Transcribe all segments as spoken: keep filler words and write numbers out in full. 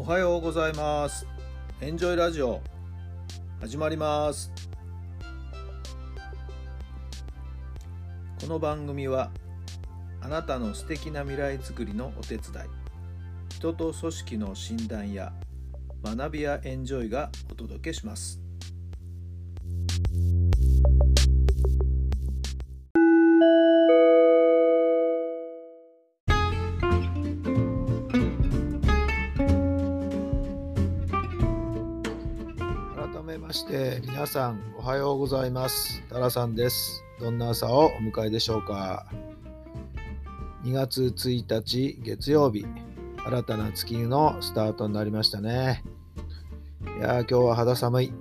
おはようございます。エンジョイラジオ始まります。この番組はあなたの素敵な未来づくりのお手伝い、人と組織の診断や学びやエンジョイがお届けします。改めまして皆さんおはようございます。タラさんです。どんな朝をお迎えでしょうか。にがつついたち月曜日、新たな月のスタートになりましたね。いやー、今日は肌寒い、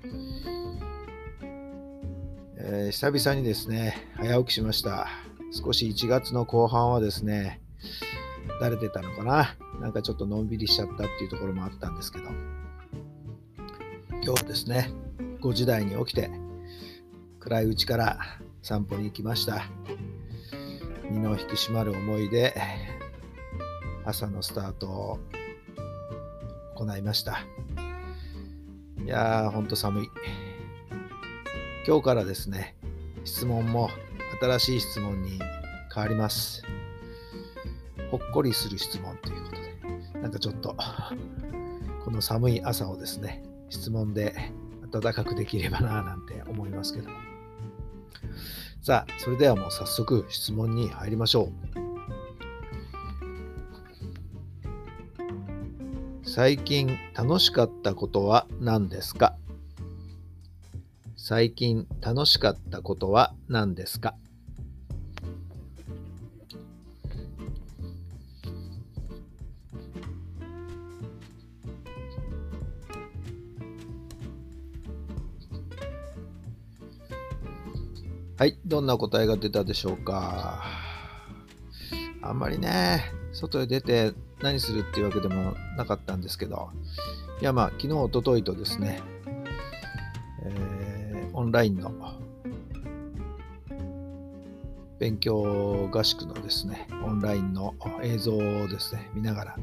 えー、久々にですね早起きしました。少しいちがつの後半はですねだれてたのかな、なんかちょっとのんびりしちゃったっていうところもあったんですけど、今日はですねごじ台に起きて暗いうちから散歩に行きました。身の引き締まる思いで朝のスタートを行いました。いやーほんと寒い。今日からですね質問も新しい質問に変わります。ほっこりする質問ということで、なんかちょっとこの寒い朝をですね質問で暖かくできればななんて思いますけども、さあそれではもう早速質問に入りましょう。最近楽しかったことは何ですか？最近楽しかったことは何ですか？はい、どんな答えが出たでしょうか。あんまりね、外へ出て何するっていうわけでもなかったんですけど、いやまあ昨日一昨日とですね、えー、オンラインの勉強合宿のですね、オンラインの映像をですね見ながら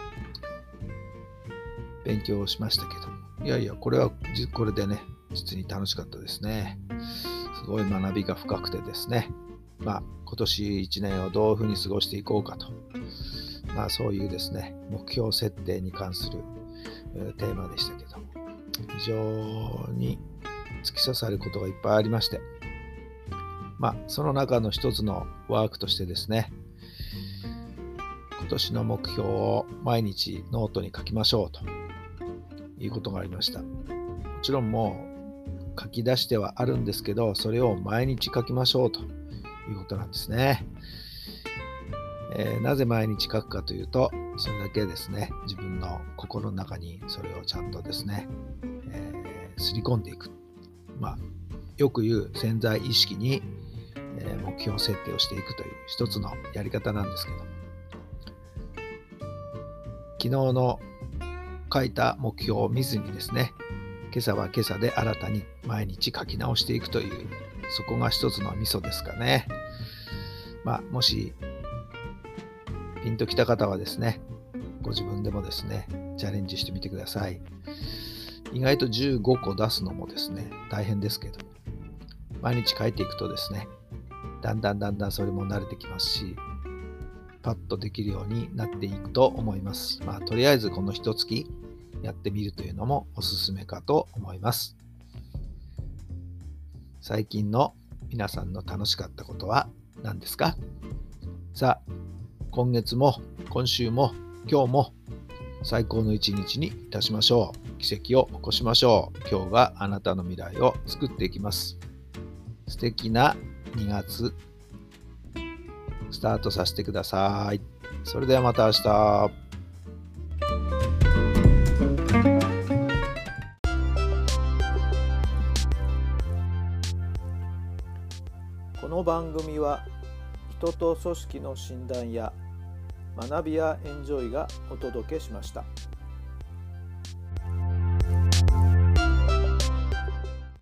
勉強をしましたけど、いやいやこれはこれでね実に楽しかったですね。すごい学びが深くてですね、まあ今年いちねんをどういうふうに過ごしていこうかと、まあそういうですね目標設定に関するテーマでしたけど、非常に突き刺さることがいっぱいありまして、まあその中の一つのワークとしてですね、今年の目標を毎日ノートに書きましょうということがありました。もちろんもう書き出してはあるんですけど、それを毎日書きましょうということなんですね。えー、なぜ毎日書くかというと、それだけですね自分の心の中にそれをちゃんとですね、えー、すり込んでいく、まあよく言う潜在意識に、えー、目標設定をしていくという一つのやり方なんですけど、昨日の書いた目標を見ずにですね、今朝は今朝で新たに毎日書き直していくという、そこが一つのミソですかね。まあもしピンときた方はですね、ご自分でもですねチャレンジしてみてください。意外とじゅうごこ出すのもですね大変ですけど、毎日書いていくとですね、だんだんだんだんそれも慣れてきますし、パッとできるようになっていくと思います。まあとりあえずこの一月やってみるというのもおすすめかと思います。最近の皆さんの楽しかったことは何ですか？さあ今月も今週も今日も最高の一日にいたしましょう。奇跡を起こしましょう。今日があなたの未来を作っていきます。素敵なにがつスタートさせてください。それではまた明日。この番組は人と組織の診断や学びやエンジョイがお届けしました。